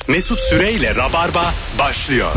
Mesut Süreyle Rabarba başlıyor.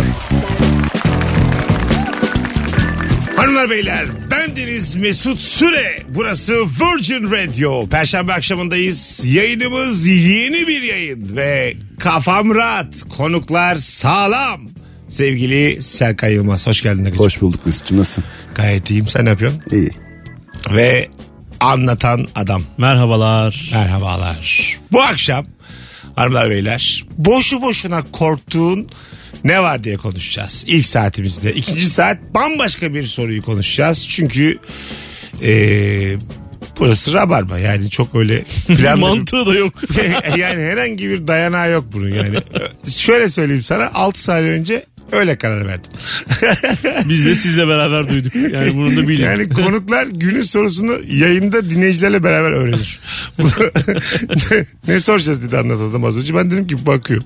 Hanımlar beyler, bendeniz Mesut Süre. Burası Virgin Radio. Perşembe akşamındayız. Yayınımız yeni bir yayın ve kafam rahat, konuklar sağlam. Sevgili Serkan Yılmaz, hoş geldin. Hoş bulduk Mesut'cum, nasılsın? Gayet iyiyim, sen ne yapıyorsun? İyi. Ve anlatan adam. Merhabalar. Merhabalar. Bu akşam hanımlar beyler, boşu boşuna korktuğun ne var diye konuşacağız ilk saatimizde. İkinci saat bambaşka bir soruyu konuşacağız. Çünkü burası Rabarba, yani çok öyle mantığı da yok. Yani herhangi bir dayanağı yok bunun yani. Şöyle söyleyeyim sana, 6 saniye önce öyle karar verdim. Biz de sizle beraber duyduk. Yani bunu da bilin. Yani konuklar günün sorusunu yayında dinleyicilerle beraber öğrenir. Ne soracağız dedi anlatadım az önce. Ben dedim ki bakıyorum.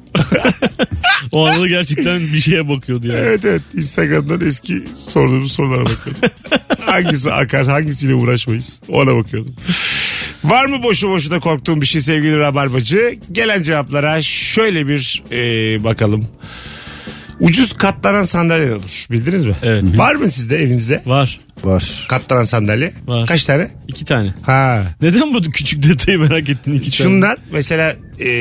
O anda gerçekten bir şeye bakıyordu yani. Evet. Instagram'dan eski sorduğumuz sorulara bakıyordum. Hangisi akar, hangisiyle uğraşmayız, ona bakıyordum. Var mı boşu boşuna korktuğum bir şey sevgili Rabarbacı? Gelen cevaplara şöyle bir bakalım. Ucuz katlanan sandalye olur. Bildiniz mi? Evet. Var mı sizde evinizde? Var. Katlanan sandalye. Var. Kaç tane? 2 tane. Ha. Neden bu küçük detayı merak ettin 2 tane? Şundan mesela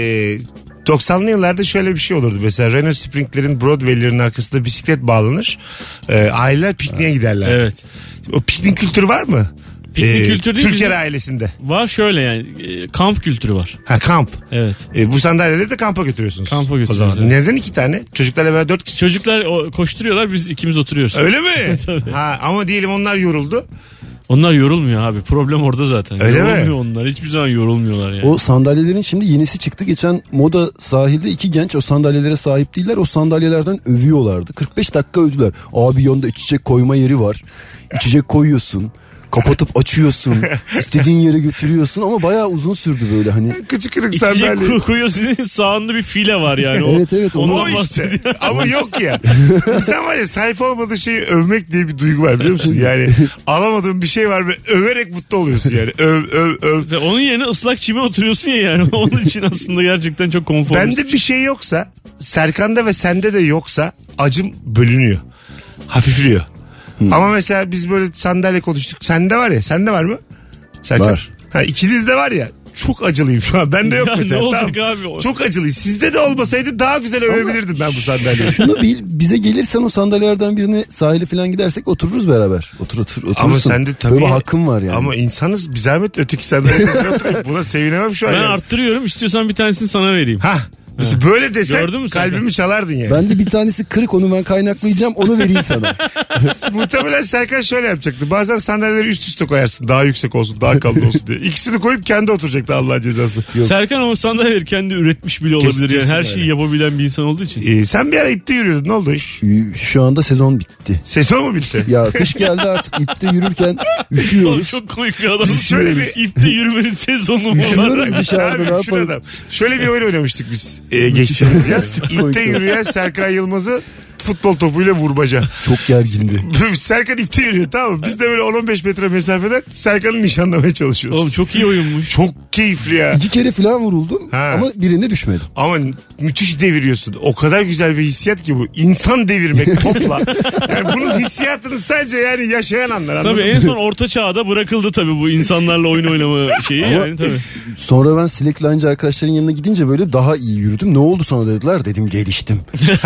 90'lı yıllarda şöyle bir şey olurdu. Mesela Renault Spring'lerin Broadway'lerin arkasında bisiklet bağlanır. Aileler pikniğe giderler. Evet. O piknik kültürü var mı? Piknik kültürü değil. Türker ailesinde. Var şöyle yani. Kamp kültürü var. Ha, kamp. Evet. Bu sandalyeleri de kampa götürüyorsunuz. Kampa götürüyoruz. O zaman. Evet. Neden 2 tane? Çocuklarla beraber 4 kişi. Çocuklar koşturuyorlar, biz ikimiz oturuyoruz. Öyle mi? Tabii. Ha, ama diyelim onlar yoruldu. Onlar yorulmuyor abi. Problem orada zaten. Öyle yorulmuyor mi? onlar. Hiçbir zaman yorulmuyorlar yani. O sandalyelerin şimdi yenisi çıktı. Geçen Moda sahilde 2 genç o sandalyelere sahip değiller. O sandalyelerden övüyorlardı. 45 dakika övdüler. Abi yanında içecek koyma yeri var. İçecek koyuyorsun. Kapatıp açıyorsun. İstediğin yere götürüyorsun ama bayağı uzun sürdü böyle hani. Küçük kırık İçecek sandalye. koyuyorsun, sağında bir file var yani. Evet. O Ondan işte. bahsediyor. Ama yok ya. İnsan var ya, sahip olmadığı şeyi övmek diye bir duygu var, biliyor musun? Yani alamadığın bir şey var ve överek mutlu oluyorsun yani. Öv. Ve onun yerine ıslak çime oturuyorsun ya yani. Onun için aslında gerçekten çok konforlu. Bende bir şey yoksa, Serkan'da ve sende de yoksa acım bölünüyor. Hafifliyor. Ama mesela biz böyle sandalye konuştuk. Sende var ya, sende var mı? Serkan. Var. Ha, ikinizde var ya. Çok acılıyım şu an. Bende yok Ya mesela. ne olacak Tamam. abi? Çok acılıyım. Sizde de olmasaydı daha güzel övebilirdim ben bu sandalyeyi. Şunu bil, bize gelirsen o sandalyelerden birine sahile falan gidersek otururuz beraber. Oturursun. Ama sen de tabii. Böyle hakkım var yani. Ama insanız, bir zahmet öteki sandalyede oturayım. Buna sevinemem şu an. Ben yani. Arttırıyorum, istiyorsan bir tanesini sana vereyim. Ha. Mesela böyle desen Gördün mü sen? kalbimi çalardın yani. Ben de bir tanesi kırık, onu ben kaynaklayacağım, onu vereyim sana. Muhtemelen Serkan şöyle yapacaktı. Bazen sandalyeleri üst üste koyarsın. Daha yüksek olsun, daha kalın olsun diye. İkisini koyup kendi oturacaktı, Allah cezası. Yok. Serkan o sandalyeleri kendi üretmiş bile olabilir yani. Her öyle. şeyi yapabilen bir insan olduğu için. Sen bir ara ipte yürüyordun. Ne oldu iş? Şu anda sezon bitti. Sezon mu bitti? Ya kış geldi artık, ipte yürürken Oğlum üşüyoruz. çok komik bir adam. Biz şöyle bir- İpte yürümenin sezonu mu var? Üşüyoruz dışarıda, Abi, ne şunu yapalım? adam. Şöyle bir oyun oynamıştık biz geçtiğimiz yaz. Çok İpte komik. yürüyen Serkan Yılmaz'ı futbol topuyla vurmaca. Çok gergindi. Serkan ipte yürüyor, tamam mı? Biz de böyle 10-15 metre mesafeden Serkan'ı nişanlamaya çalışıyoruz. Oğlum çok iyi oyunmuş. Çok keyifli ya. 2 kere falan vuruldum Ha. ama birinde düşmedim. Ama müthiş deviriyorsun. O kadar güzel bir hissiyat ki bu. İnsan devirmek topla. Yani bunun hissiyatını sadece yani yaşayan anlar. Tabii anladın en mı? son orta çağda bırakıldı tabii bu insanlarla oyun oynama şeyi yani tabii. Sonra ben slackline'cı arkadaşların yanına gidince böyle daha iyi yürüdüm. Ne oldu sana dediler, dedim geliştim.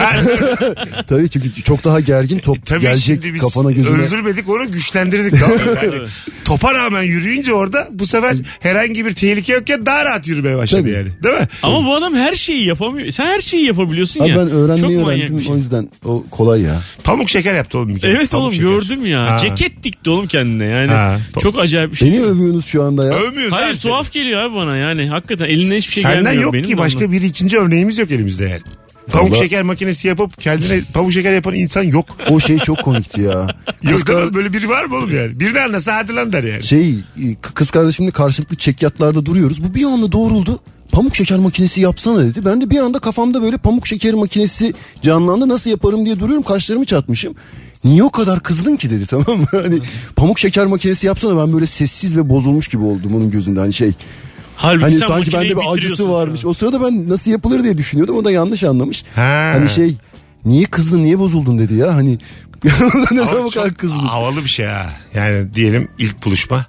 Tabii çünkü çok daha gergin top Tabii gelecek şimdi biz kafana gözüne. öldürmedik onu, güçlendirdik. Tamam mı? Yani topa rağmen yürüyünce orada bu sefer herhangi bir tehlike yokken daha rahat yürümeye başladı Tabii. yani. Değil mi? Ama bu adam her şeyi yapamıyor. Sen her şeyi yapabiliyorsun Abi ya. ben öğrenmeyi Çok manyak öğrendim bir şey. o yüzden o kolay ya. Pamuk şeker yaptı oğlum bir kere. Evet Pamuk oğlum şeker. gördüm ya. Ha. Ceket dikti oğlum kendine yani. Ha. Çok acayip bir şey. Beni övüyorsunuz şu anda ya. Övmüyoruz. Hayır abi tuhaf geliyor abi bana yani. Hakikaten elinden hiçbir şey Senden gelmiyor. yok benim ki de başka ondan. bir ikinci örneğimiz yok elimizde yani. Pamuk Vallahi- şeker makinesi yapıp kendine pamuk şeker yapan insan yok. O şey çok komikti ya. Yok tamam, böyle biri var mı oğlum yani? Birini anlasa hadi lan der yani. Kız kardeşimle karşılıklı çekyatlarda duruyoruz. Bu bir anda doğruldu. Pamuk şeker makinesi yapsana dedi. Ben de bir anda kafamda böyle pamuk şeker makinesi canlandı. Nasıl yaparım diye duruyorum. Kaşlarımı çatmışım. Niye o kadar kızdın ki dedi, tamam mı? Hani pamuk şeker makinesi yapsana, ben böyle sessiz ve bozulmuş gibi oldum onun gözünde. Hani Halbuki Hani sen sanki bende makineyi bir acısı bitiriyorsun varmış. şu an. O sırada ben nasıl yapılır diye düşünüyordum. O da yanlış anlamış. Ha. Hani şey, niye kızdın, niye bozuldun dedi ya. Hani neden Ama bu kadar çok kızdın? havalı bir şey ha. Yani diyelim ilk buluşma.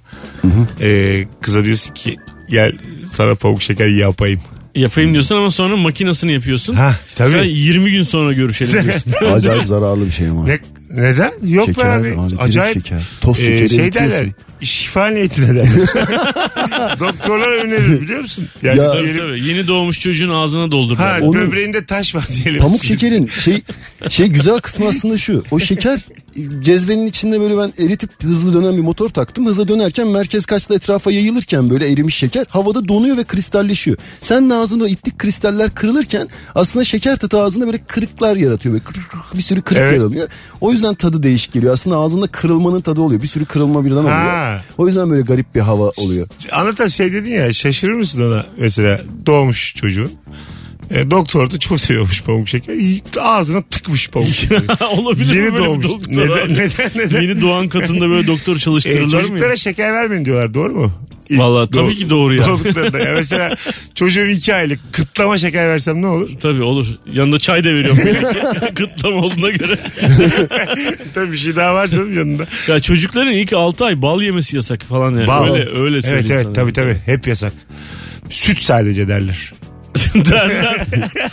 Kıza diyorsun ki gel sana pamuk şeker yapayım. Yapayım diyorsun ama sonra makinasını yapıyorsun. Ha, tabii. Sonra 20 gün sonra görüşelim diyorsun. Acayip zararlı bir şey ama. Neden? Yok Şeker, be abi. direkt Acayip. şeker. Toz şekeri şey eritiyorsun. derler. Şifa niyetine derler. Doktorlar önerir biliyor musun? Yani Ya- Tabii, diyelim, tabii. Yeni doğmuş çocuğun ağzına doldurdular. ha, Onu- böbreğinde taş var diyelim. Pamuk şekerin şey güzel kısmı aslında şu. O şeker cezvenin içinde böyle ben eritip hızlı dönen bir motor taktım. Hızlı dönerken merkez kaçla etrafa yayılırken böyle erimiş şeker havada donuyor ve kristalleşiyor. Senin ağzında o iplik kristaller kırılırken aslında şeker tadı ağzında böyle kırıklar yaratıyor. Böyle bir sürü kırık Evet. yer alıyor. O yüzden tadı değişik geliyor. Aslında ağzında kırılmanın tadı oluyor. Bir sürü kırılma birden oluyor. Ha. O yüzden böyle garip bir hava oluyor. Anlatan şey dedin ya, şaşırır mısın ona mesela doğmuş çocuğun. Doktor da çok seviyormuş pamuk şeker. Ağzına tıkmış pamuk şekeri. Olabilir Yeni mi böyle doğmuş. bir doktor? abi? Neden? Yeni doğan katında böyle doktor çalıştırırlar mı? Çocuklara ya? şeker vermeyin diyorlar, doğru mu? Vallahi tabii ki doğru ya. Doğduklarında. Ya mesela çocuğum 2 aylık kıtlama şeker versem ne olur? Tabii olur. Yanında çay da veriyorum belki. Kıtlama olduğuna göre. Tabii bir şey daha var canım yanında. Ya çocukların ilk 6 ay bal yemesi yasak falan yani. Bal. Öyle söyleyeyim Evet sana. tabii hep yasak. Süt sadece derler. derler.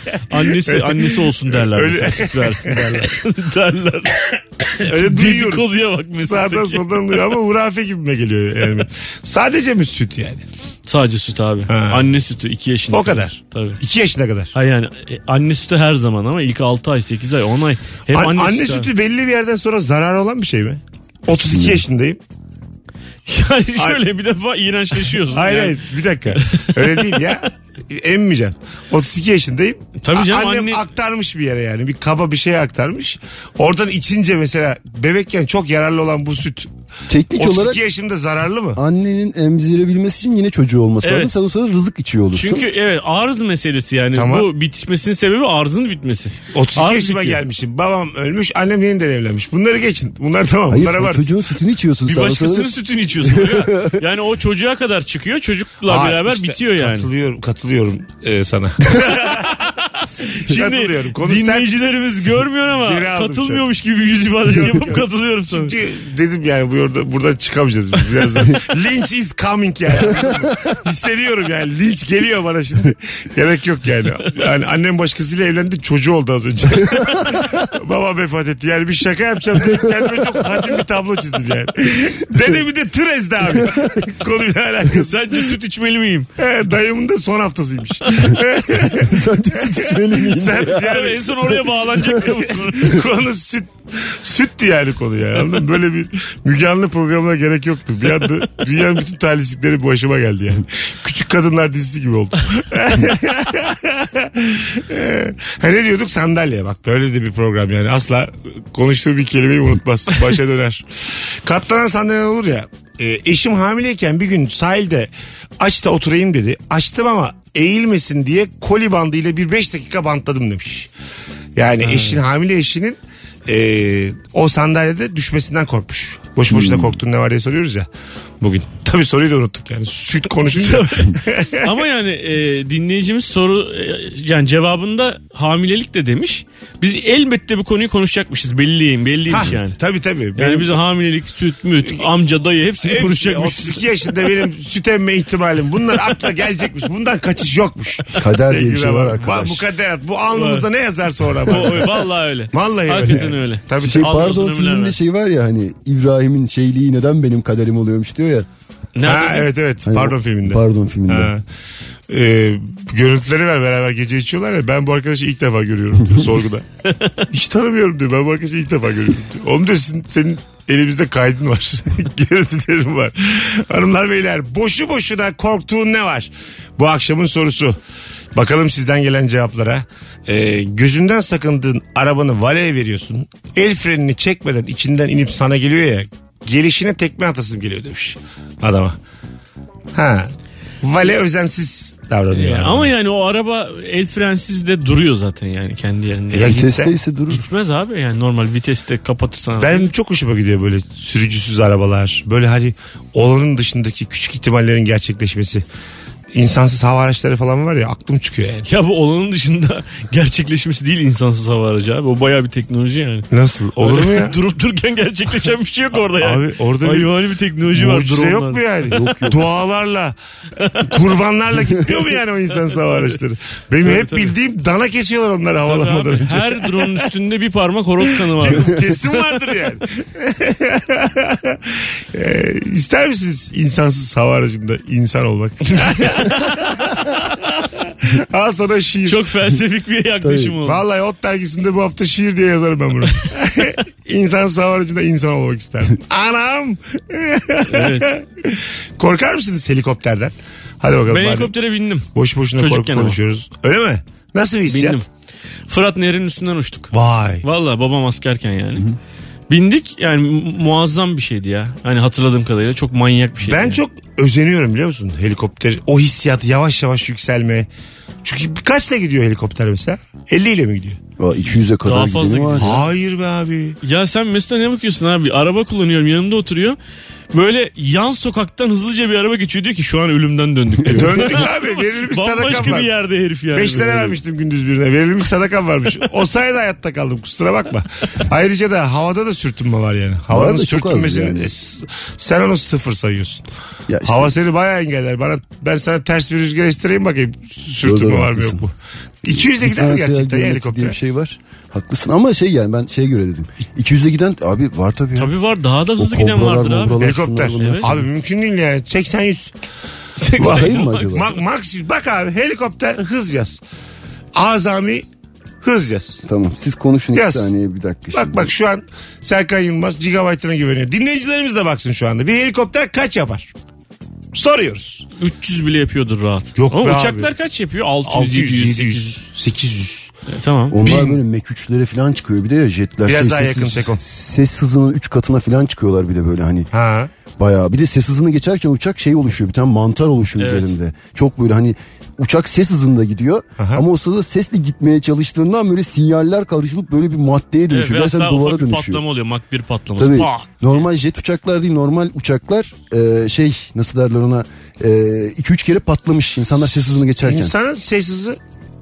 Annesi olsun derler. Öyle. Mesela, süt versin derler. derler. Öyle duyuyoruz. Dedikoduya bak Sağdan Mesut'taki. soldan duyuyor ama hurafe gibime geliyor yani. Sadece mi süt yani? Sadece süt abi. Ha. Anne sütü 2 yaşında. O kadar. Tabii. 2 yaşına kadar. Ha yani anne sütü her zaman ama ilk 6 ay 8 ay 10 ay. Hep Anne sütü. sütü belli bir yerden sonra zararı olan bir şey mi? 32 yaşındayım. Yani şöyle bir defa iğrençleşiyorsun. Hayır yani. hayır bir dakika. Öyle değil ya. Emmeyeceğim. 32 yaşındayım. Tabii canım, Annem anne- aktarmış bir yere yani. Bir kaba bir şeye aktarmış. Oradan içince mesela bebekken çok yararlı olan bu süt. Teknik 32 olarak yaşımda zararlı mı? annenin emzirebilmesi için yine çocuğu olması Evet. lazım. Sen o sırada rızık içiyor olursun. Çünkü evet arz meselesi yani. Tamam. Bu bitişmesinin sebebi arzın bitmesi. 32 Arz yaşıma bitiyor. gelmişim. Babam ölmüş. Annem yeniden evlenmiş. Bunları geçin. Bunlar tamam. Hayır, Bunlara o var. çocuğun sütünü içiyorsun Bir sen. O başkasının sırada- sütünü içiyorsun. ya. Yani o çocuğa kadar çıkıyor. Çocukla Aa, beraber işte bitiyor yani. Katılıyorum sana. Şimdi Katılıyorum. Konu sen- dinleyicilerimiz görmüyor ama Geri aldım katılmıyormuş gibi bir yüz ifadesi yapıp katılıyorum sana. Çünkü dedim yani buradan çıkamayacağız biz birazdan. Lynch is coming yani. Hissediyorum yani. Lynch geliyor bana şimdi. Gerek yok yani. Yani annem başkasıyla evlendi, çocuğu oldu az önce. Baba vefat etti. Yani bir şaka yapacağım diye kendime çok hazin bir tablo çizdim yani. Dedemi de tır ezdi abi. Konuyla alakası. Sence süt içmeli miyim? Dayımın da son haftasıymış. Sence süt içmeli miyim? Sen yani En son oraya bağlanacak diyor musun? konu süttü yani konu ya. Anladın mı? Böyle bir Müge Anlı programına gerek yoktu. Bir anda dünyanın bütün talihsizlikleri başıma geldi yani. Küçük Kadınlar dizisi gibi oldu. Ne diyorduk? Sandalye. Bak böyle de bir program yani. Asla konuştuğu bir kelimeyi unutmaz. Başa döner. Katlanan sandalye olur ya. Eşim hamileyken bir gün sahilde aç da oturayım dedi. Açtım ama eğilmesin diye koli bandıyla bir 5 dakika bantladım demiş. Yani hamile eşinin o sandalyede düşmesinden korkmuş. Boş boşuna korktun ne var diye soruyoruz ya bugün. Tabii soruyu da unuttuk yani. Süt konuşunca. Ama yani dinleyicimiz yani cevabında hamilelik de demiş. Biz elbette bu konuyu konuşacakmışız. Belliymiş yani. Tabii. Yani biz hamilelik, süt, müt, amca, dayı hepsini konuşacakmışız. 32 yaşında benim süt emme ihtimalim. Bunlar akla gelecekmiş. Bundan kaçış yokmuş. Kader diye bir Sevgili şey var Rabar. arkadaş. Bu kaderat. Bu alnımızda ne yazar sonra? Vallahi öyle. Vallahi Hakikaten yani. öyle. Tabii. Şey, Allah pardon uzun ömürler filminde versin. şey var ya hani İbrahim'in şeyliği neden benim kaderim oluyormuş diyor ya. Nerede? Evet. Hani Pardon filminde. Pardon filminde. Ha. Görüntüleri var, beraber gece içiyorlar ya, ben bu arkadaşı ilk defa görüyorum diyor sorguda. Hiç tanımıyorum diyor, ben bu arkadaşı ilk defa görüyorum diyor. Oğlum diyor senin elimizde kaydın var. Görüntülerin var. Hanımlar beyler, boşu boşuna korktuğun ne var? Bu akşamın sorusu. Bakalım sizden gelen cevaplara. Gözünden sakındığın arabanı valeye veriyorsun. El frenini çekmeden içinden inip sana geliyor ya. Gelişine tekme atasım geliyor demiş adama. Vale özensiz davranıyor. Yani. Ama yani o araba el frensiz de duruyor zaten yani kendi yerinde. Ya gitse, Vitesteyse durur. Gitmez abi yani normal viteste kapatırsan. ben çok hoşuma gidiyor böyle sürücüsüz arabalar. Böyle hani olanın dışındaki küçük ihtimallerin gerçekleşmesi. insansız hava araçları falan var ya, aklım çıkıyor yani. Ya bu olanın dışında gerçekleşmesi değil insansız hava aracı abi. O bayağı bir teknoloji yani. Nasıl? Olur mu ya? Durup dururken gerçekleşen bir şey yok orada yani. Abi orada bir hayvani bir teknoloji var. mucize yok Drone'lar. mu yani? Yok. Dualarla, kurbanlarla gitmiyor mu yani o insansız hava araçları? Benim Tabii, hep tabii. bildiğim dana kesiyorlar onları Tabii havalamadan abi, önce. her drone'un üstünde bir parmak horoz kanı var. Kesin vardır yani. İster misiniz insansız hava aracında insan olmak? Al sana şiir. Çok felsefik bir yaklaşım oldu. Vallahi Ot dergisinde bu hafta şiir diye yazarım ben bunu. İnsansız hava aracında insan olmak isterdim. Anam. Evet. Korkar mısınız helikopterden? Hadi bakalım. Ben madem helikoptere bindim. boş boşuna korku Çocukken ama. konuşuyoruz. Öyle mi? Nasıl bir hissiyat? Bindim. Fırat Nehri'nin üstünden uçtuk. Vay. Vallahi babam askerken yani. Bindik yani muazzam bir şeydi ya. Hani hatırladığım kadarıyla çok manyak bir şeydi. Ben yani. çok özeniyorum biliyor musun? Helikopter, o hissiyatı yavaş yavaş yükselme. Çünkü kaçla gidiyor helikopter mesela? 50 ile mi gidiyor? 200'e kadar Daha fazla gideni var. gidiyor. Hayır be abi. Ya sen Mesut'a ne bakıyorsun abi? Araba kullanıyorum, yanımda oturuyor. Böyle yan sokaktan hızlıca bir araba geçiyor, diyor ki şu an ölümden döndük diyor. Döndük abi, verilmiş sadakam Bambaşka var. bir yerde herif yani. 5 tane vermiştim gündüz birine. Verilmiş sadakam varmış. O sayede hayatta kaldım, kusura bakma. Ayrıca da havada da sürtünme var yani. Havanın da çok az sürtünmesini yani. sen onu sıfır sayıyorsun. Ya işte- Hava seni bayağı engeller. Ben sana ters bir rüzgar estireyim bakayım. Sürtünme Doğru, var mı yok haklısın. mu? 200'de gider mi Diferansiyel gerçekten ya geometri helikopter? diye bir şey var. Haklısın ama yani ben şeye göre dedim. 200'e giden abi var tabii ya. Tabii var, daha da hızlı O giden kobralar, vardır abi. mobralar, Helikopter. şunlar bunlar. Evet. Abi mümkün değil yani. 80-100. Vay mı acaba? Max 100. Bak abi, helikopter hız yaz. Azami hız yaz. Tamam, siz konuşun Yaz. 2 saniye, bir dakika. Bak şu an Serkan Yılmaz gigabaytına güveniyor. Dinleyicilerimiz de baksın şu anda. Bir helikopter kaç yapar? Soruyoruz. 300 bile yapıyordur rahat. Yok ama be uçaklar abi. kaç yapıyor? 600, 600, 700, 700, 800. Tamam. Onlar Bin. böyle Mek 3'lere falan çıkıyor bir de ya, jetler. Biraz daha yakın Seko. Ses hızının 3 katına falan çıkıyorlar bir de böyle hani. Ha. Bayağı, bir de ses hızını geçerken uçak şey oluşuyor, bir tane mantar oluşuyor Evet. üzerinde. Çok böyle hani uçak ses hızında gidiyor ama o sırada sesle gitmeye çalıştığından böyle sinyaller karışılıp böyle bir maddeye Evet, dönüşüyor. biraz Gerçekten daha duvara ufak bir dönüşüyor. patlama oluyor. Mach 1 patlaması. Tabii Pah! normal jet uçaklar değil, normal uçaklar şey nasıl derler ona, 2-3 kere patlamış insanlar ses hızını geçerken. İnsanın ses hızı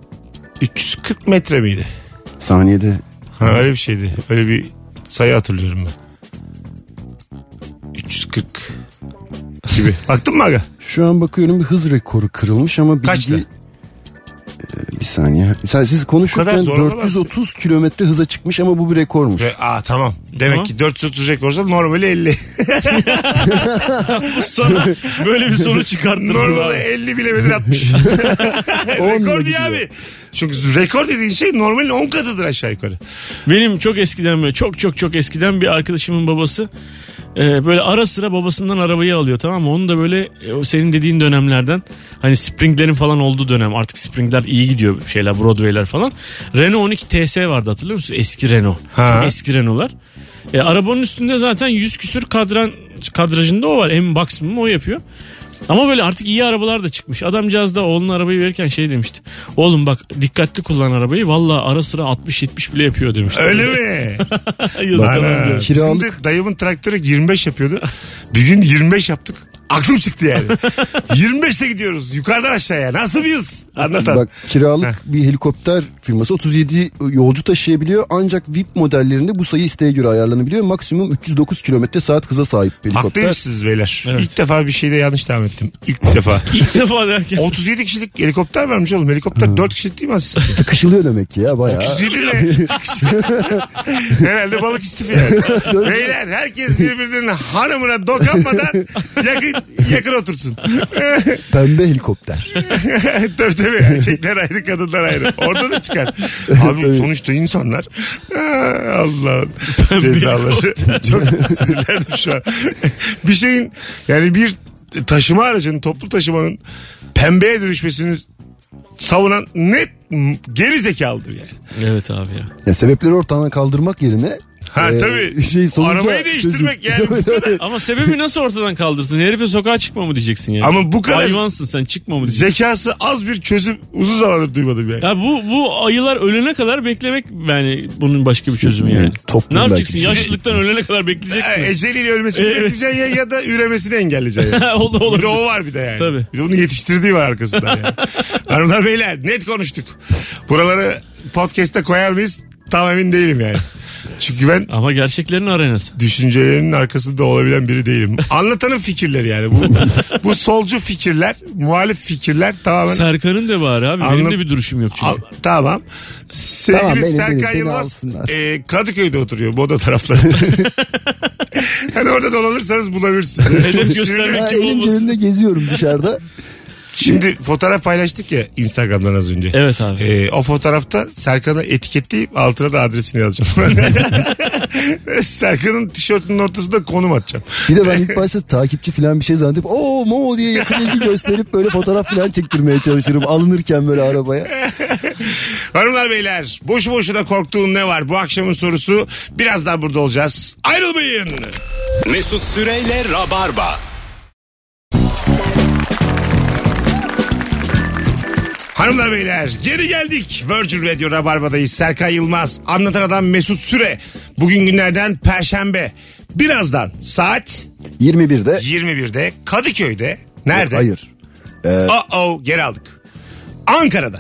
340 metre miydi? Saniyede. Ha, öyle bir şeydi. Öyle bir sayı hatırlıyorum ben. 340 gibi. Baktın mı aga? Şu an bakıyorum bir hız rekoru kırılmış ama bilgi... Kaçtı? Bir saniye. Mesela siz Bu kadar konuşurken zor olamaz. 430 kilometre hıza çıkmış ama bu bir rekormuş. Tamam. Demek Tamam. ki 430 rekorsa normali 50. Sana böyle bir sonuç çıkarttırır. Normali abi. 50 bilemedir 60. Rekor diye abi. Çünkü rekor dediğin şey normalin 10 katıdır aşağı yukarı. Benim çok eskiden böyle çok eskiden bir arkadaşımın babası böyle ara sıra babasından arabayı alıyor, tamam mı? Onu da böyle o senin dediğin dönemlerden, hani Spring'lerin falan olduğu dönem, artık Spring'ler iyi gidiyor şeyler, Broadway'ler falan. Renault 12 TS vardı, hatırlıyor musun? Eski Renault. Ha. Çok eski Renault'lar. Arabanın üstünde zaten 100 küsür kadrajında o var. En maksimum o yapıyor. Ama böyle artık iyi arabalar da çıkmış. Adamcağız da oğluna arabayı verirken şey demişti. Oğlum bak dikkatli kullan arabayı. Valla ara sıra 60-70 bile yapıyor demişti. Öyle mi? Yazık Ana. adamcağız. Kiralık. Şimdi dayımın traktörü 25 yapıyordu. Bir gün 25 yaptık. Aklım çıktı yani. 25'te gidiyoruz. Yukarıdan aşağıya. Nasıl bir hız? Anlatan. Bak, kiralık bir helikopter firması 37 yolcu taşıyabiliyor. Ancak VIP modellerinde bu sayı isteğe göre ayarlanabiliyor. Maksimum 309 kilometre saat hıza sahip bir helikopter. Haklıymışsınız beyler. Evet. İlk defa bir şeyde yanlış devam ettim. İlk defa. İlk defa derken. 37 kişilik helikopter varmış oğlum. Helikopter 4 kişilik değil mi aslında? Tıkışılıyor demek ki ya bayağı. 37 ne? Herhalde balık istifi yani. Beyler herkes birbirinin hanımına dokunmadan yakın otursun. Pembe helikopter. Tabii erkekler ayrı, kadınlar ayrı. Orada da çıkar. Abi sonuçta insanlar. Allah'ın cezaları. Çok sinirlendim şu an. Bir şeyin, yani bir taşıma aracının, toplu taşımanın pembeye dönüşmesini savunan net geri zekalıdır yani. Evet abi ya. Ya sebepleri ortadan kaldırmak yerine Ha tabii. Arabayı değiştirmek yani. Ama sebebi nasıl ortadan kaldırsın? Herife sokağa çıkma mı diyeceksin yani? Ama bu kadar hayvansın sen, çıkma mı diyeceksin? zekası az bir çözüm uzun zamandır duymadım yani. Ya bu ayılar ölene kadar beklemek, yani bunun başka bir çözümü yani. Ne yapacaksın? Yaşlılıktan ölene kadar bekleyeceksin. Eceliyle ölmesini bekleyeceksin ya da üremesini engelleyeceksin. Yani. Olur. Bir de o var bir de yani. Tabii. Bir de onun yetiştirdiği var arkasında yani. Hanımlar beyler net konuştuk. Buraları podcast'e koyar mıyız? Tam emin değilim yani. Çünkü ben Ama gerçeklerin arenası. düşüncelerinin arkasında olabilen biri değilim. Anlatanın fikirleri yani. Bu solcu fikirler, muhalif fikirler tamamen... Serkan'ın da bari abi. Benim de bir duruşum yok çünkü. Tamam. Sevgili Tamam, Serkan beni Yılmaz alsınlar. Kadıköy'de oturuyor. Moda taraflarında. Yani orada dolanırsanız bulabilirsiniz. Hedef Çok göstermek sinirli. gibi Elim olmasın. cebimde geziyorum dışarıda. Şimdi fotoğraf paylaştık ya Instagram'dan az önce. Evet abi. O fotoğrafta Serkan'ı etiketleyip altına da adresini yazacağım. Serkan'ın tişörtünün ortasında konum atacağım. Bir de ben ilk başta takipçi falan bir şey zannedip Mo diye yakın ilgi gösterip böyle fotoğraf falan çektirmeye çalışırım. Alınırken böyle arabaya. Hanımlar beyler, boşu boşuna korktuğun ne var? Bu akşamın sorusu. Birazdan burada olacağız. Ayrılmayın. Mesut Süreyle Rabarba. Hanımlar beyler, geri geldik. Virgin Radio Rabarba'dayız. Serkan Yılmaz, anlatan adam Mesut Süre. Bugün günlerden Perşembe. Birazdan saat 21'de. 21'de Kadıköy'de. Nerede? Hayır. Geri aldık. Ankara'da.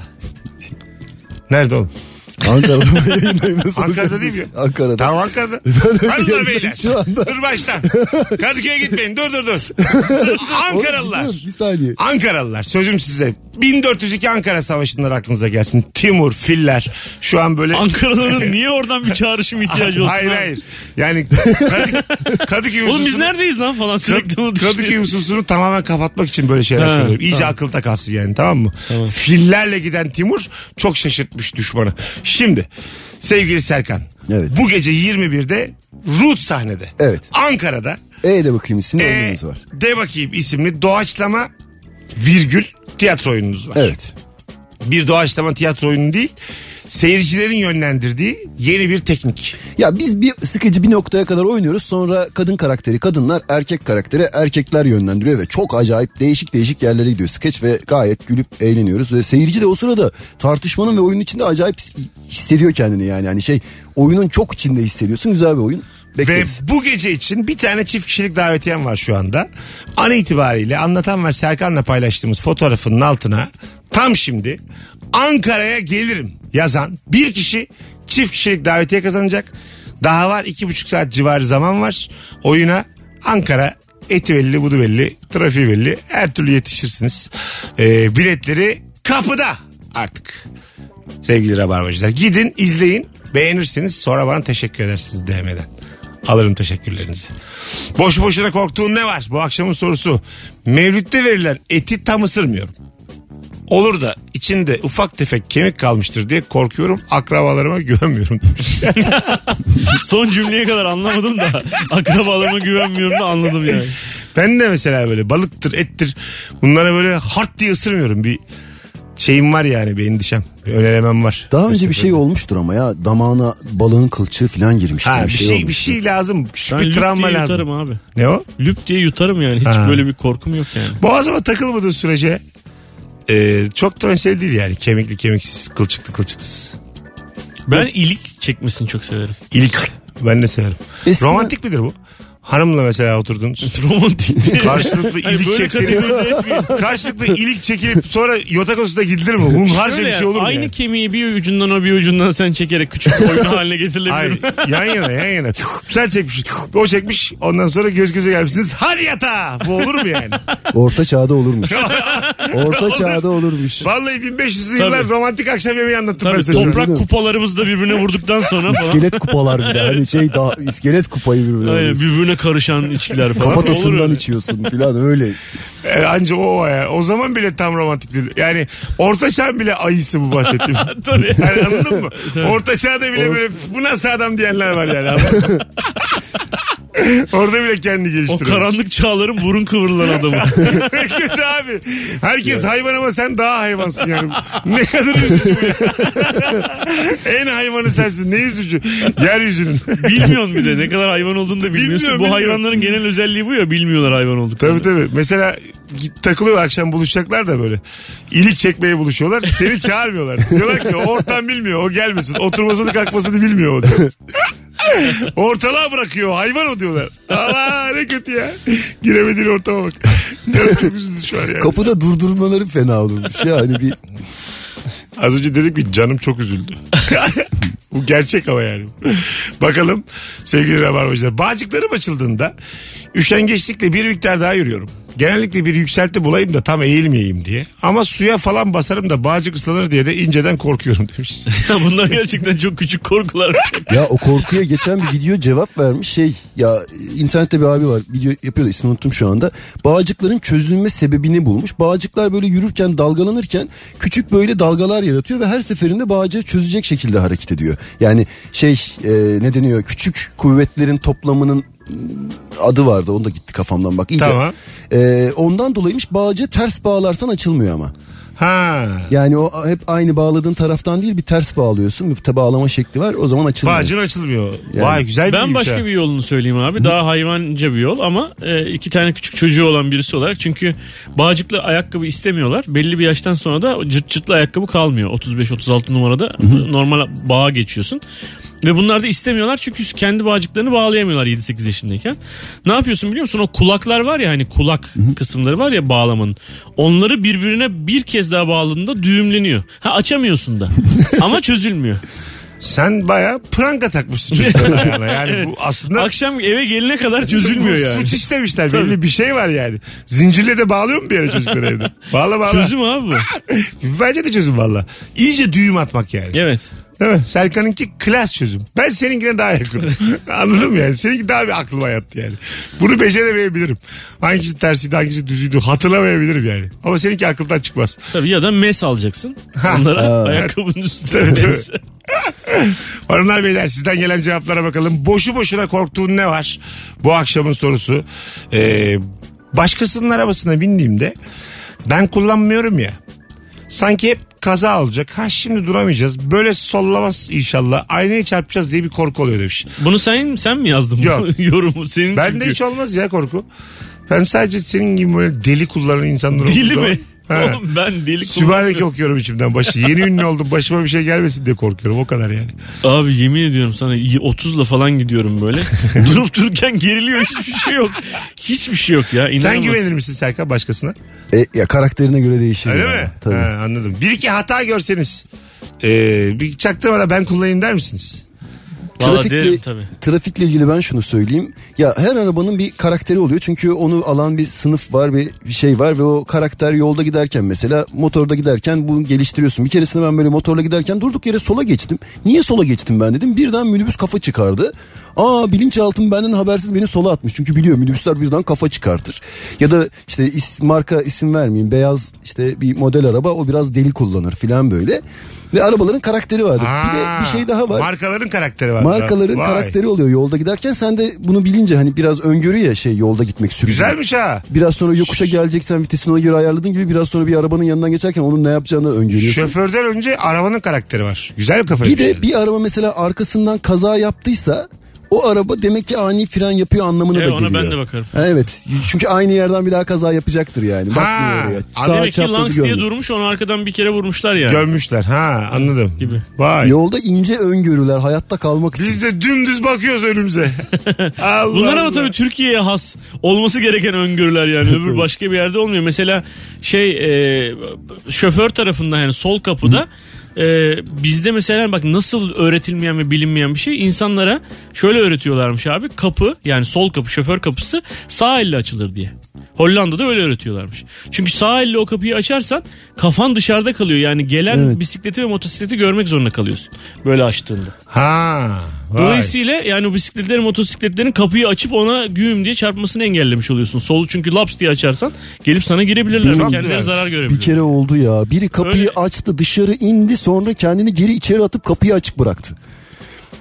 Nerede oğlum? Ankara'da mı yayındayım? Ankara'da değil mi? Ankara'da. Tamam Ankara'da. Hanımlar beyler. Şu anda. Dur baştan. Kadıköy'e gitmeyin. Dur. Ankaralılar. Dur, bir saniye. Ankaralılar. Sözüm size. 1402 Ankara Savaşı'ndan aklınıza gelsin. Timur, filler. Şu an böyle... Ankaralıların niye oradan bir çağrışım ihtiyacı olsun? Hayır. Yani Kadıköy Oğlum biz hususunu... neredeyiz lan falan sürekli onu düşünüyorum. Kadıköy hususunu tamamen kapatmak için böyle şeyler Ha, söylüyorum. İyice tamam. akılda kalsın yani, tamam mı? Tamam. Fillerle giden Timur çok şaşırtmış düşmanı. Şimdi sevgili Serkan. Evet. Bu gece 21'de Root sahnede. Evet. Ankara'da. De bakayım isimli oyunumuz var. De bakayım isimli doğaçlama virgül tiyatro oyununuz var. Evet. Bir doğaçlama tiyatro oyunu değil. Seyircilerin yönlendirdiği yeni bir teknik. Ya biz bir sıkıcı bir noktaya kadar oynuyoruz. Sonra kadın karakteri kadınlar, erkek karakteri erkekler yönlendiriyor ve çok acayip değişik yerlere gidiyor skeç ve gayet gülüp eğleniyoruz ve seyirci de o sırada tartışmanın ve oyunun içinde acayip hissediyor kendini yani. Hani oyunun çok içinde hissediyorsun. Güzel bir oyun. Bekleriz. Ve bu gece için bir tane çift kişilik davetiyem var şu anda. An itibariyle anlatan ve Serkan'la paylaştığımız fotoğrafının altına tam şimdi Ankara'ya gelirim yazan bir kişi çift kişilik davetiye kazanacak. Daha var 2,5 saat civarı zaman var. Oyuna Ankara eti belli budu belli trafiği belli her türlü yetişirsiniz. Biletleri kapıda artık sevgili Rabarbacılar. Gidin izleyin beğenirsiniz sonra bana teşekkür edersiniz DM'den. Alırım teşekkürlerinizi. Boşu boşuna korktuğun ne var? Bu akşamın sorusu. Mevlütte verilen eti tam ısırmıyorum. Olur da içinde ufak tefek kemik kalmıştır diye korkuyorum. Akrabalarıma güvenmiyorum. Son cümleye kadar anlamadım da akrabalarıma güvenmiyorum da anladım yani. Ben de mesela böyle balıktır, ettir. Bunlara böyle hard diye ısırmıyorum. Bir şeyim var yani, bir endişem. Bir önelemem var. Daha önce bir şey olmuştur ama ya damağına balığın kılçığı falan girmiş. Ha, bir olmuştur. şey lazım. Küçük Ben bir lüp travma diye lazım. yutarım abi. Ne o? Lüp diye yutarım yani. Hiç Ha. böyle bir korkum yok yani. Boğazıma takılmadığı sürece çok da mesele değil yani. Kemikli kemiksiz, kılçıklı kılçıksız. Ben ilik çekmesini çok severim. İlik. Ben de severim. Eskiden- Romantik midir bu? Hanımla mesela oturdunuz. Romantik. Karşılıklı Hayır, ilik böyle çekseniz. kategorize etmeyin. Karşılıklı ilik çekilip sonra yotak odasına gidilir mi? Hunharca Şöyle bir ya, şey olur mu aynı yani? kemiği bir ucundan o bir ucundan sen çekerek küçük bir oyun haline getirilebilir Hayır, mi? yan yana. Sen çekmişsin. O çekmiş. Ondan sonra göz göze gelmişsiniz. Hadi yatağa. Bu olur mu yani? Orta çağda olurmuş. Orta çağda olurmuş. Vallahi 1500'lü yıllar Tabii. romantik akşam yemeği anlattım ben Tabii size. toprak kupalarımızı da birbirine vurduktan sonra falan. İskelet kupalar bir de. Hani daha iskelet kupayı birbirine Aynen, alıyorsun. birbirine karışan içkiler falan. Olur Kafatasından öyle. içiyorsun falan öyle. Anca o yani. O zaman bile tam romantik değil. Yani orta çağ bile ayısı bu bahsettiğim. Tabii. Yani anladın mı? Orta çağda bile böyle bu nasıl adam diyenler var yani. Orada bile kendi O geliştiriyor. karanlık çağların burun kıvrılan adamı. Kötü abi. Herkes hayvan ama sen daha hayvansın yani. Ne kadar üzücü bu ya. En hayvanı sensin. Ne üzücü. Yeryüzünün. Bilmiyorsun bir de ne kadar hayvan olduğunu da bilmiyorsun. Bilmiyorum, Bu bilmiyorum. hayvanların genel özelliği bu ya, bilmiyorlar hayvan olduklarını. Tabii. Mesela takılıyor, akşam buluşacaklar da böyle. İlik çekmeye buluşuyorlar. Seni çağırmıyorlar. Diyorlar ki o ortam bilmiyor. O gelmesin. Oturmasını kalkmasını bilmiyor o diyor. Ortalığa bırakıyor. Hayvan o diyorlar. Allah ne kötü ya. Giremediğin ortama bak. Canım çok üzüldü şu an yani. Kapıda durdurmaları fena olurmuş ya. Hani bir Az önce dedik ki canım çok üzüldü. Bu gerçek ama yani. Bakalım sevgili Rabarbacılar. Bağcıklarım açıldığında üşengeçlikle bir miktar daha yürüyorum. Genellikle bir yükselti bulayım da tam eğilmeyeyim diye. Ama suya falan basarım da bağcık ıslanır diye de inceden korkuyorum demiş. Bunlar gerçekten çok küçük korkular. ya o korkuya geçen bir video cevap vermiş ya internette bir abi var, video yapıyor da ismini unuttum şu anda. Bağcıkların çözülme sebebini bulmuş. Bağcıklar böyle yürürken, dalgalanırken küçük böyle dalgalar yaratıyor ve her seferinde bağcığı çözecek şekilde hareket ediyor. Yani ne deniyor, küçük kuvvetlerin toplamının adı vardı, onu da gitti kafamdan bak. İyice. Tamam. Ondan dolayıymış, bağcığı ters bağlarsan açılmıyor ama. Ha. Yani o hep aynı bağladığın taraftan değil, bir ters bağlıyorsun. Bir bağlama şekli var, o zaman açılmıyor. Bağcın açılmıyor. Yani. Vay güzel bir Ben başka bir yolunu söyleyeyim abi. Daha hayvanca bir yol ama 2 tane küçük çocuğu olan birisi olarak. Çünkü bağcıklı ayakkabı istemiyorlar. Belli bir yaştan sonra da cırt cırtlı ayakkabı kalmıyor. 35-36 numarada normal bağa geçiyorsun. Ve bunlar da istemiyorlar çünkü kendi bağcıklarını bağlayamıyorlar 7-8 yaşındayken. Ne yapıyorsun biliyor musun? O kulaklar var ya, hani kulak kısımları var ya bağlamanın. Onları birbirine bir kez daha bağladığında düğümleniyor. Açamıyorsun da ama çözülmüyor. Sen bayağı pranga takmışsın çocukların ayağına. Yani Evet. bu aslında... Akşam eve gelene kadar çözülmüyor yani. Suç istemişler. Belli bir şey var yani. Zincirle de bağlıyor mu bir yere çocukları evde? Bağla. Çözüm abi bu. Bence de çözüm valla. İyice düğüm atmak yani. Evet. Değil mi? Serkan'ınki klas çözüm. Ben seninkine daha yakınım. Anladın mı yani? Seninki daha bir aklıma yattı yani. Bunu beceremeyebilirim. Hangisi tersiydi, hangisi düzüydü hatırlamayabilirim yani. Ama seninki aklımdan çıkmaz. Tabii ya da mes alacaksın. Onlara ayakkabının üstüne Tabii, mes. Hanımlar beyler, sizden gelen cevaplara bakalım. Boşu boşuna korktuğun ne var? Bu akşamın sorusu. Başkasının arabasına bindiğimde ben kullanmıyorum ya. Sanki hep kaza olacak. Şimdi duramayacağız. Böyle sollamaz inşallah. Aynaya çarpacağız diye bir korku oluyor demiş. Bunu sen mi yazdın? Yok. Yorumu senin Ben çünkü. de hiç olmaz ya korku. Ben sadece senin gibi böyle deli kullanan insanlar Deli olduğu mi? zaman- Ha. Oğlum ben deli Sübhaneke okuyorum içimden başı. Yeni ünlü oldum, başıma bir şey gelmesin diye korkuyorum, o kadar yani. Abi yemin ediyorum sana 30'la falan gidiyorum böyle. Durup dururken geriliyor, hiçbir şey yok. Hiçbir şey yok ya. İnanılmaz. Sen güvenir misin Serkan başkasına? Ya karakterine göre değişir. Öyle yani. mi? Tabii. Ha, anladım. Bir iki hata görseniz bir çaktırmadan ben kullanayım der misiniz? Valla derim tabii. Trafikle ilgili ben şunu söyleyeyim. Ya her arabanın bir karakteri oluyor. Çünkü onu alan bir sınıf var, bir şey var ve o karakter yolda giderken, mesela motorda giderken bunu geliştiriyorsun. Bir keresinde ben böyle motorla giderken durduk yere sola geçtim. Niye sola geçtim ben dedim. Birden minibüs kafa çıkardı. Bilinçaltım benden habersiz beni sola atmış. Çünkü biliyor minibüsler birden kafa çıkartır. Ya da işte marka isim vermeyeyim. Beyaz işte bir model araba, o biraz deli kullanır filan böyle. Ve arabaların karakteri vardır. Bir de bir şey daha var. Markaların karakteri var. Markaların Vay. karakteri oluyor yolda giderken. Sen de bunu bilince, hani biraz öngörü ya yolda gitmek, sürücü. Güzelmiş ha. Biraz sonra yokuşa geleceksen vitesini ona göre ayarladığın gibi biraz sonra bir arabanın yanından geçerken onun ne yapacağını öngörüyorsun. Şoförden önce arabanın karakteri var. Güzel bir kafayı. Bir de bir araba mesela arkasından kaza yaptıysa o araba demek ki ani fren yapıyor anlamına da Evet, geliyor. ona ben de bakarım. Evet, çünkü aynı yerden bir daha kaza yapacaktır yani. Bakmıyor oraya. Sağ Demek ki çaprazı Langs diye görmüyor. durmuş, onu arkadan bir kere vurmuşlar yani. Görmüşler. Ha, anladım. Gibi. Vay. Yolda ince öngörüler, hayatta kalmak için. Biz de dümdüz bakıyoruz önümüze. Allah Bunlar ama Allah. tabii Türkiye'ye has olması gereken öngörüler yani. Öbür başka bir yerde olmuyor. Mesela şoför tarafında, yani sol kapıda bizde mesela bak nasıl öğretilmeyen ve bilinmeyen bir şey, insanlara şöyle öğretiyorlarmış abi. Kapı, yani sol kapı, şoför kapısı sağ elle açılır diye. Hollanda'da öyle öğretiyorlarmış. Çünkü sağ elle o kapıyı açarsan kafan dışarıda kalıyor. Yani gelen bisikleti ve motosikleti görmek zorunda kalıyorsun böyle açtığında. Ha. Vay. Dolayısıyla yani o bisikletlerin, motosikletlerin kapıyı açıp ona güğüm diye çarpmasını engellemiş oluyorsun. Solu çünkü laps diye açarsan gelip sana girebilirler. Çok Kendileri güzel. zarar Bir görebilirler. kere oldu ya. Biri kapıyı Öyle. açtı, dışarı indi, sonra kendini geri içeri atıp kapıyı açık bıraktı.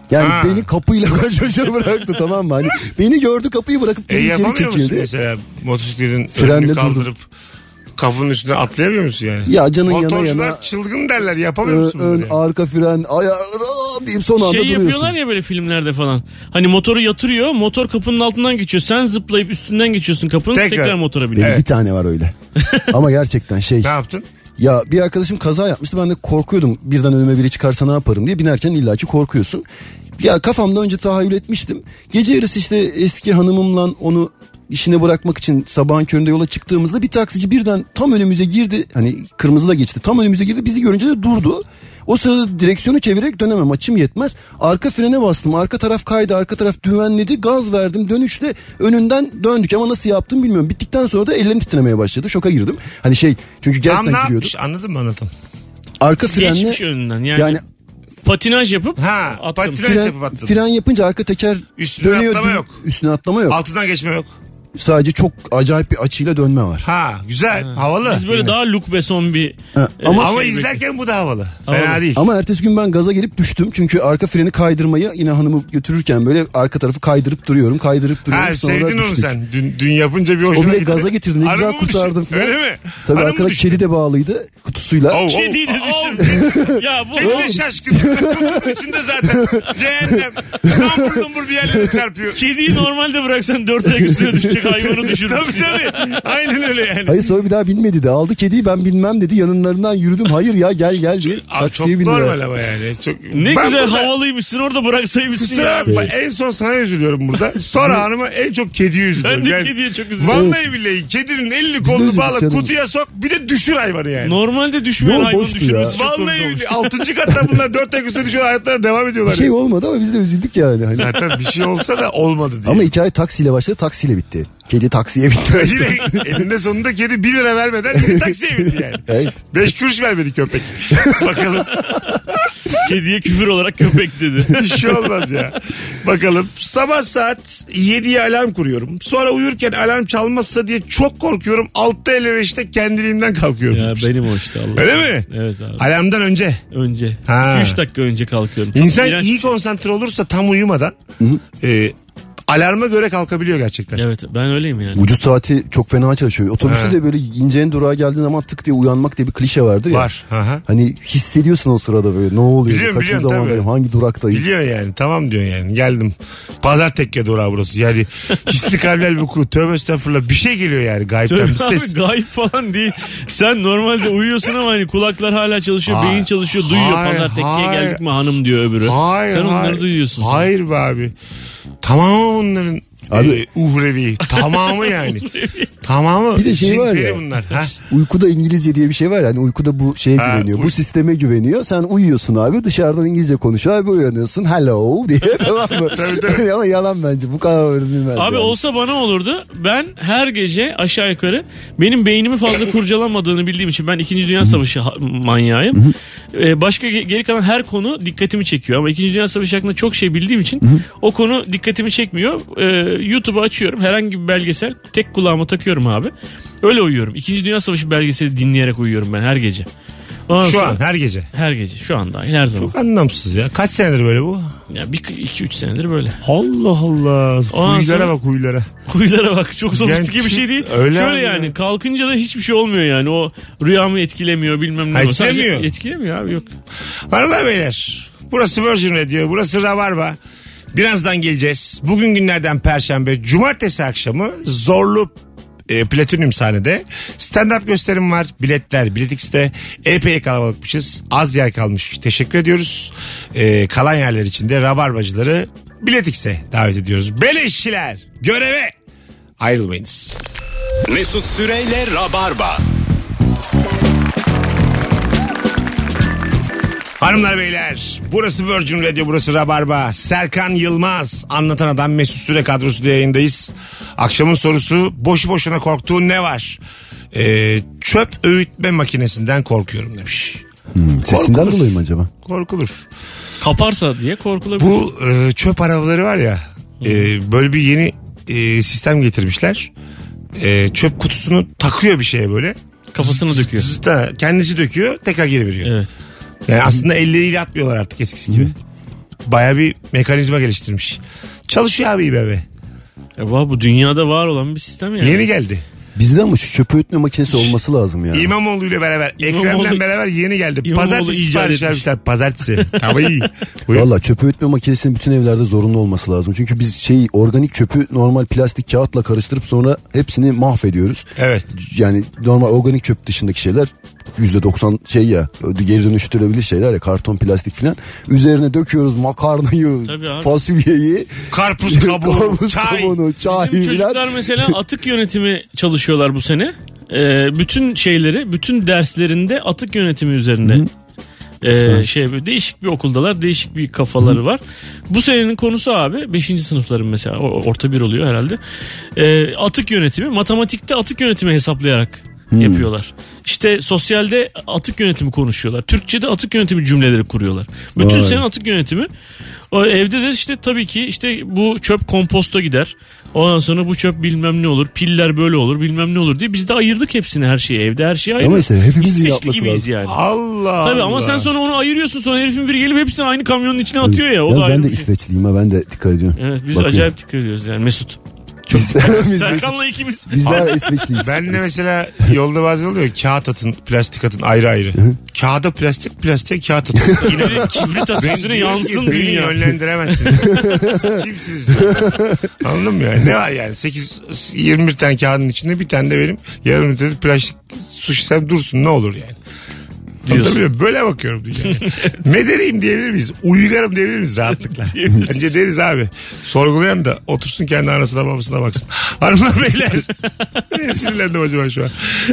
Yani Ha. beni kapıyla baş başa bıraktı, tamam mı? Hani beni gördü, kapıyı bırakıp beni içeri Yapamıyor musun çekildi. mesela motosikletin Frenle önünü durdum. kaldırıp kapının üstüne atlayamıyor musun yani? Ya canın yana Motorcular yana çılgın derler, yapamıyor musun ön bunu yani? arka fren ayar deyip son anda Şey duruyorsun. yapıyorlar ya böyle filmlerde falan. Hani motoru yatırıyor, motor kapının altından geçiyor. Sen zıplayıp üstünden geçiyorsun kapının, tekrar motora biniyor. Benim bir tane var öyle. Ama gerçekten Ne yaptın? Ya bir arkadaşım kaza yapmıştı, ben de korkuyordum. Birden önüme biri çıkarsa ne yaparım diye. Binerken illaki korkuyorsun. Ya kafamda önce tahayyül etmiştim. Gece yarısı işte eski hanımımla onu işine bırakmak için sabahın köründe yola çıktığımızda bir taksici birden tam önümüze girdi. Hani kırmızı da geçti. Tam önümüze girdi. Bizi görünce de durdu. O sırada direksiyonu çevirerek dönemem, açım yetmez. Arka frene bastım. Arka taraf kaydı. Arka taraf dümenledi. Gaz verdim. Dönüşte önünden döndük ama nasıl yaptım bilmiyorum. Bittikten sonra da ellerim titremeye başladı. Şoka girdim. Hani çünkü gerçekten Tam ne giriyordu. yapmış, anladın mı, anlatın. Arka frenle Geçmiş önünden yani patinaj yapıp attım. Patinaj yapıp attın. Fren yapınca arka teker Üstüne dönüyor. atlama yok. Üstüne atlama yok. Altından geçme yok. Sadece çok acayip bir açıyla dönme var. Güzel, havalı. Biz böyle daha Luc Besson bir Ama izlerken bu da havalı. Fena değil. Ama ertesi gün ben gaza gelip düştüm. Çünkü arka freni kaydırmayı yine hanımı götürürken böyle arka tarafı kaydırıp duruyorum. Sonra sevdin onu düştük. sen. Dün yapınca bir O hoşuna bile gitti. gaza getirdi. Ne güzel Araba mı kurtardım düştü? falan. Öyle mi? Tabii Araba arkada mı düştü? kedi de bağlıydı kutusuyla. Kediyi de ya bu Kedi de şaşkın. Kutunun içinde zaten. Cehennem. Lambur lumbur bir yerlere çarpıyor. kediyi normalde bıraksan 4 ayak üstüne düşecek, hayvanı düşürmüş. Tabii. Aynen öyle yani. Hayır, sonra bir daha binmedi de. Aldı kediyi, ben binmem dedi. Yanlarından yürüdüm. Hayır ya, gel diye. Çok Taksiye bindi. normal ama yani. Ne Ben güzel burada- havalıymışsın, orada bıraksaymışsın Kusura ya. bakma, en son sana üzülüyorum burada. Sonra hanıma en çok kediye üzülüyorum. Ben de kediye çok üzülüyorum. Vallahi billahi kedinin elini de kolunu üzüldük bağla, canım. kutuya sok, bir de düşür hayvanı yani. Normalde düşmeyen Yol hayvan boştu düşürmesi ya. çok Vallahi korkunç olmuş. billahi 6. katta bunlar 4 ayak üstüne düşüyor, hayatlarına devam ediyorlar. Bir şey yani. olmadı ama biz de üzüldük yani. Hani. Zaten bir şey olsa da olmadı diye. Ama hikaye taksiyle başladı, taksiyle bitti. Kedi taksiye bitti. Yine elinde sonunda kedi 1 lira vermeden yine taksiye bindi yani. Evet. 5 kuruş vermedi köpek. Bakalım. Kediye küfür olarak köpek dedi. Bir şey olmaz ya. Bakalım. Sabah saat 7'ye alarm kuruyorum. Sonra uyurken alarm çalmazsa diye çok korkuyorum. 6.55'te kendiliğimden kalkıyorum. Ya benim o işte Allah. Öyle mi? Evet abi. Alarmdan önce. Önce. Ha. 2-3 dakika önce kalkıyorum. Çok İnsan iğrenç iyi bir şey. konsantre olursa tam uyumadan alarma göre kalkabiliyor gerçekten. Evet, ben öyleyim yani. Vücut saati çok fena çalışıyor. Otobüste de böyle ince en durağa geldiğin zaman tık diye uyanmak diye bir klişe vardır ya. Var. Aha. Hani hissediyorsun o sırada böyle ne oluyor? Biliyorum, Kaçıncı biliyorum, zamandayım? tabii. Hangi duraktayım? Biliyor yani, tamam diyor yani, geldim. Pazar tekke durağı burası yani. Hisli kalbel vuku, tövbe estağfurullah, bir şey geliyor yani gayipten bir Tövbe ses. abi, gayip falan değil. Sen normalde uyuyorsun ama hani kulaklar hala çalışıyor, Hayır, beyin çalışıyor, duyuyor. hayır, Pazar tekkiye hayır. geldik mi hanım diyor öbürü. Hayır, Sen onları hayır. duyuyorsun. Hayır be abi. Tamamı bunların Abi- uhrevi. Tamamı yani. Tamamı. Bir de şey var cinperi ya. bunlar. Ha? Uykuda İngilizce diye bir şey var ya. Hani uykuda bu şeye güveniyor. Bu sisteme güveniyor. Sen uyuyorsun abi. Dışarıdan İngilizce konuşuyor. Abi uyanıyorsun. Hello diye. Tamam mı? Tabii. Ama yalan bence. Bu kadar öğrenilmez. Abi yani. olsa bana olurdu. Ben her gece aşağı yukarı benim beynimi fazla kurcalamadığını bildiğim için, ben 2. Dünya Savaşı manyağıyım. Başka geri kalan her konu dikkatimi çekiyor ama 2. Dünya Savaşı hakkında çok şey bildiğim için o konu dikkatimi çekmiyor. YouTube'u açıyorum, herhangi bir belgesel, tek kulağıma takıyorum abi. Öyle uyuyorum. 2. Dünya Savaşı belgeseli dinleyerek uyuyorum ben her gece. Ondan Şu sonra- an her gece. Her gece şu anda her zaman. Çok anlamsız ya. Kaç senedir böyle bu? Ya 2-3 senedir böyle. Allah Allah. Ondan Huylara sonra- bak huylara. Huylara bak, çok sofistike bir şey değil. Öyle Şöyle abi yani ya. kalkınca da hiçbir şey olmuyor yani. O rüyamı etkilemiyor bilmem ne. Ha, Sadece etkilemiyor. etkilemiyor abi, yok. Hanımlar beyler. Burası Virgin Radio. Burası Rabarba. Birazdan geleceğiz. Bugün günlerden Perşembe. Cumartesi akşamı Zorlu Platinum sahnede stand-up gösterim var. Biletler Biletix'te. Epey kalabalıkmışız. Az yer kalmış. Teşekkür ediyoruz. Kalan yerler için de Rabarbacıları Biletix'te davet ediyoruz. Beleşçiler göreve ayrılmayınız. Mesut Süreyle Rabarba. Hanımlar beyler, burası Virgin Radio, burası Rabarba. Serkan Yılmaz, Anlatan Adam, Mesut Süre kadrosuyla yayındayız. Akşamın sorusu, boşu boşuna korktuğun ne var? Çöp öğütme makinesinden korkuyorum demiş. Sesinden Korkulur. dolayı mı acaba? Korkulur. Kaparsa diye korkulabilir. Bu çöp arabaları var ya, böyle bir yeni sistem getirmişler. Çöp kutusunu takıyor bir şeye böyle. Kafasını döküyor. Kendisi döküyor, tekrar geri veriyor. Evet. Yani aslında elleriyle atmıyorlar artık eskisi gibi. Baya bir mekanizma geliştirmiş. Çalışıyor abi İBB. Bu dünyada var olan bir sistem yani. Yeni geldi. Bizde ama şu çöp öğütme makinesi olması lazım ya. İmamoğlu ile beraber. Ekrem'le beraber yeni geldi. İmamoğlu Pazartesi icat sipariş etmiş. vermişler. Pazartesi. Tamam iyi. Buyur. Valla çöp öğütme makinesinin bütün evlerde zorunlu olması lazım. Çünkü biz organik çöpü normal plastik kağıtla karıştırıp sonra hepsini mahvediyoruz. Evet. Yani normal organik çöp dışındaki şeyler %90 geri dönüştürülebilir şeyler ya, karton, plastik filan. Üzerine döküyoruz makarnayı, fasulyeyi, karpuz kabuğu, çay. çay Bizim filan. çocuklar mesela atık yönetimi çalışıyorlar bu sene. Bütün şeyleri, bütün derslerinde atık yönetimi üzerinde. Değişik bir okuldalar, değişik bir kafaları var. Bu senenin konusu abi 5. sınıfların mesela orta bir oluyor herhalde. Atık yönetimi, matematikte atık yönetimi hesaplayarak yapıyorlar. İşte sosyalde atık yönetimi konuşuyorlar. Türkçede atık yönetimi cümleleri kuruyorlar. Bütün sene atık yönetimi. O evde de işte tabii ki işte bu çöp komposta gider. Ondan sonra bu çöp bilmem ne olur. Piller böyle olur, bilmem ne olur diye biz de ayırdık hepsini, her şeyi. Evde her şeyi ayırdık. Ama işte hepimizin İsveçli yapması gibiyiz lazım. yani. Allah Tabii Allah. ama sen sonra onu ayırıyorsun, sonra herifin biri gelip hepsini aynı kamyonun içine atıyor ya. O da Ben ayrı de bir şey. İsveçliyim ha, ben de dikkat ediyorum. Evet, biz Bakıyorum. acayip dikkat ediyoruz yani Mesut. Çok Biz Serkan'la ikimiz. bayağı İsveçliyiz. Ben de mesela yolda bazen oluyor. Kağıt atın, plastik atın ayrı ayrı. Kağıda plastik, plastiğe kağıt atın. Biri kibrit at üstüne yansın Beni dünya. yönlendiremezsiniz. Siz kimsiniz diyor. Anladın mı yani? Ne var yani? 21 tane kağıdın içinde bir tane de benim yarım litre plastik su şişem dursun, ne olur yani. Anlatabiliyor. Böyle bakıyorum dünyaya. Medeniyim diyebilir miyiz? Uygarım diyebilir miyiz rahatlıkla? Bence deriz abi. Sorgulayan da otursun kendi anasına babasına baksın. Hanımlar beyler. Niye sinirlendim acaba şu an?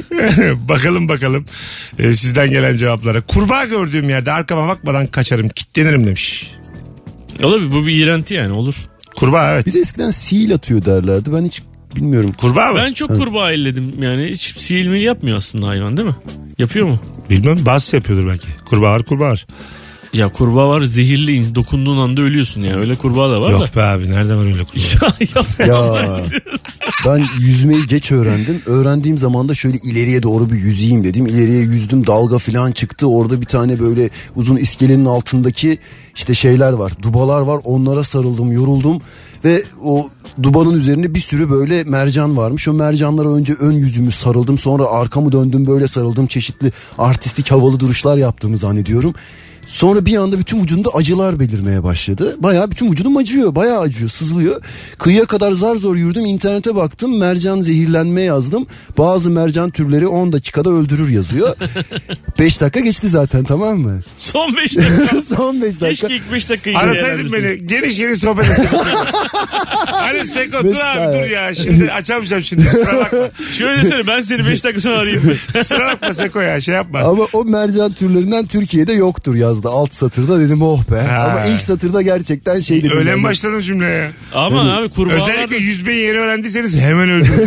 bakalım sizden gelen cevaplara. Kurbağa gördüğüm yerde arkama bakmadan kaçarım, kilitlenirim demiş. Olabilir, bu bir iğrenti yani, olur. Kurbağa, evet. Bir de eskiden sil atıyor derlerdi. Ben hiç bilmiyorum. Kurbağa mı? Ben çok kurbağa elledim yani, hiç sil yapmıyor aslında hayvan, değil mi? Yapıyor mu? Bilmem, bazısı yapıyordur belki. Kurbağa var. Ya kurbağa var, zehirli, dokunduğun anda ölüyorsun ya, öyle kurbağa da var da. Yok be abi, nereden var öyle kurbağa? Ya ben yüzmeyi geç öğrendim. Öğrendiğim zaman da şöyle ileriye doğru bir yüzeyim dedim. İleriye yüzdüm, dalga falan çıktı. Orada bir tane böyle uzun iskelenin altındaki işte şeyler var, dubalar var. Onlara sarıldım, yoruldum. Ve o dubanın üzerinde bir sürü böyle mercan varmış. O mercanlara önce ön yüzümü sarıldım. Sonra arkamı döndüm, böyle sarıldım. Çeşitli artistik havalı duruşlar yaptığımı zannediyorum. Sonra bir anda bütün vücudumda acılar belirmeye başladı. Bayağı bütün vücudum acıyor. Bayağı acıyor, sızlıyor. Kıyıya kadar zar zor yürüdüm. İnternete baktım. Mercan zehirlenme yazdım. Bazı mercan türleri 10 dakikada öldürür yazıyor. 5 dakika geçti zaten, tamam mı? Son 5 dakika. Son 5 dakika. Keşke ilk 5 dakikayı Arasaydın beni. Geniş sohbet etsin. Hani Seko dur abi dur ya. Şimdi açamayacağım şimdi. Kusura bakma. Şöyle söyle, ben seni 5 dakika sonra arayayım. Kusura bakma Seko ya, şey yapma. Ama o mercan türlerinden Türkiye'de yoktur yazdı. Alt satırda dedim oh be. Ha. Ama ilk satırda gerçekten şey dedim. Öyle mi yani. başladım cümleye? Ama abi kurbağalar Özellikle yüzmeyi yeni öğrendiyseniz hemen öldürün.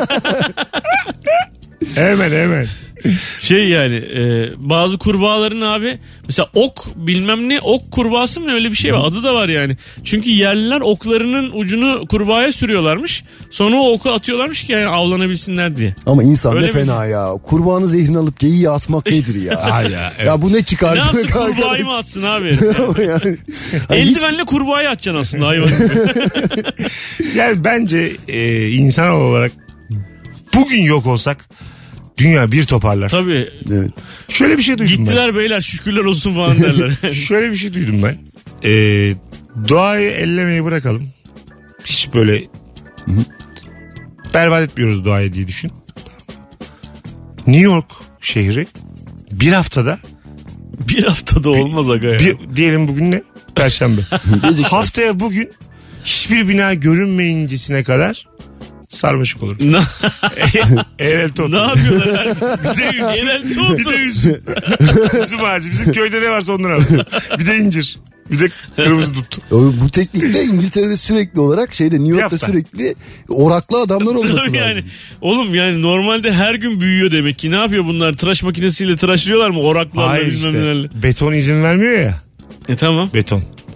hemen. şey yani bazı kurbağaların abi mesela ok bilmem ne, ok kurbağası mı, öyle bir şey var, adı da var yani. Çünkü yerliler oklarının ucunu kurbağaya sürüyorlarmış, sonra o oku atıyorlarmış ki yani avlanabilsinler diye. Ama insan Öyle ne fena ya. Kurbanın zehrini alıp geyiğe atmak nedir ya? Ya, evet. Ya bu ne Ne çıkar? yapsın, kurbağayı mı atsın abi? yani, Eldivenle kurbağayı atacaksın aslında hayvan gibi. Yani bence insan olarak bugün yok olsak dünya bir toparlar. Tabii. evet. Şöyle bir şey duydum Gittiler beyler, şükürler olsun falan derler. ben. Şöyle bir şey duydum ben. Doğayı ellemeyi bırakalım. Hiç böyle berbat etmiyoruz doğayı diye düşün. New York şehri bir haftada Bir haftada olmaz aga ya. diyelim bugün ne? Perşembe. Haftaya bugün hiçbir bina görünmeyincesine kadar sarmaşık olur. El tot. Ne yapıyorlar? Bir de üzüm. El tot. Bir de üzüm. Üzüm ağacı. Bizim köyde ne varsa ondan alıyor. Bir de incir. Bir de kırmızı dut. Bu teknikle İngiltere'de sürekli olarak New York'ta hafta. sürekli oraklı adamlar olması lazım. Yani, oğlum yani normalde her gün büyüyor demek ki. Ne yapıyor bunlar? Tıraş makinesiyle tıraşlıyorlar mı? Oraklarla Hayır bilmem işte. nelerle. Beton izin vermiyor ya. Tamam. Beton.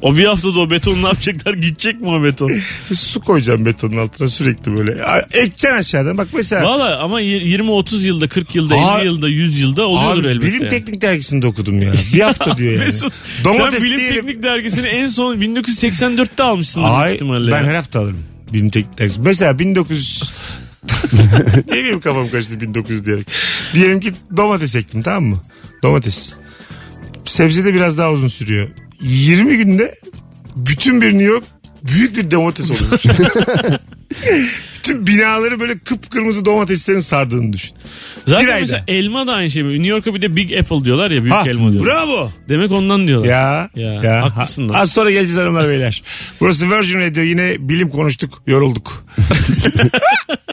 O bir haftada o beton ne yapacaklar? Gidecek mi o beton? Su koyacağım betonun altına sürekli böyle. Ekeceksin aşağıdan. Bak mesela. Valla ama 20-30 yılda, 40 yılda, 50 yılda, 100 yılda oluyordur elbette. Bilim Teknik dergisinde okudum ya. Bir hafta diyor yani. Mesut, Domates sen Bilim diyelim. Teknik dergisini en son 1984'te almışsın büyük ihtimalle. Ben ya. her hafta alırım. Bilim Teknik dergisi. Mesela 1900... ne bileyim kafam karıştı 1900 diyerek. Diyelim ki domates ektim, tamam mı? Domates. Sebze de biraz daha uzun sürüyor. 20 günde bütün bir New York büyük bir domates olmuş. Bütün binaları böyle kıpkırmızı domateslerin sardığını düşün. Zaten Bir mesela ayda. elma da aynı şey. New York'a bir de Big Apple diyorlar ya, büyük elma diyorlar. Bravo. Demek ondan diyorlar. Ya. Haklısın lan. Az sonra geleceğiz hanımlar beyler. Burası Virgin Radio, yine bilim konuştuk, yorulduk.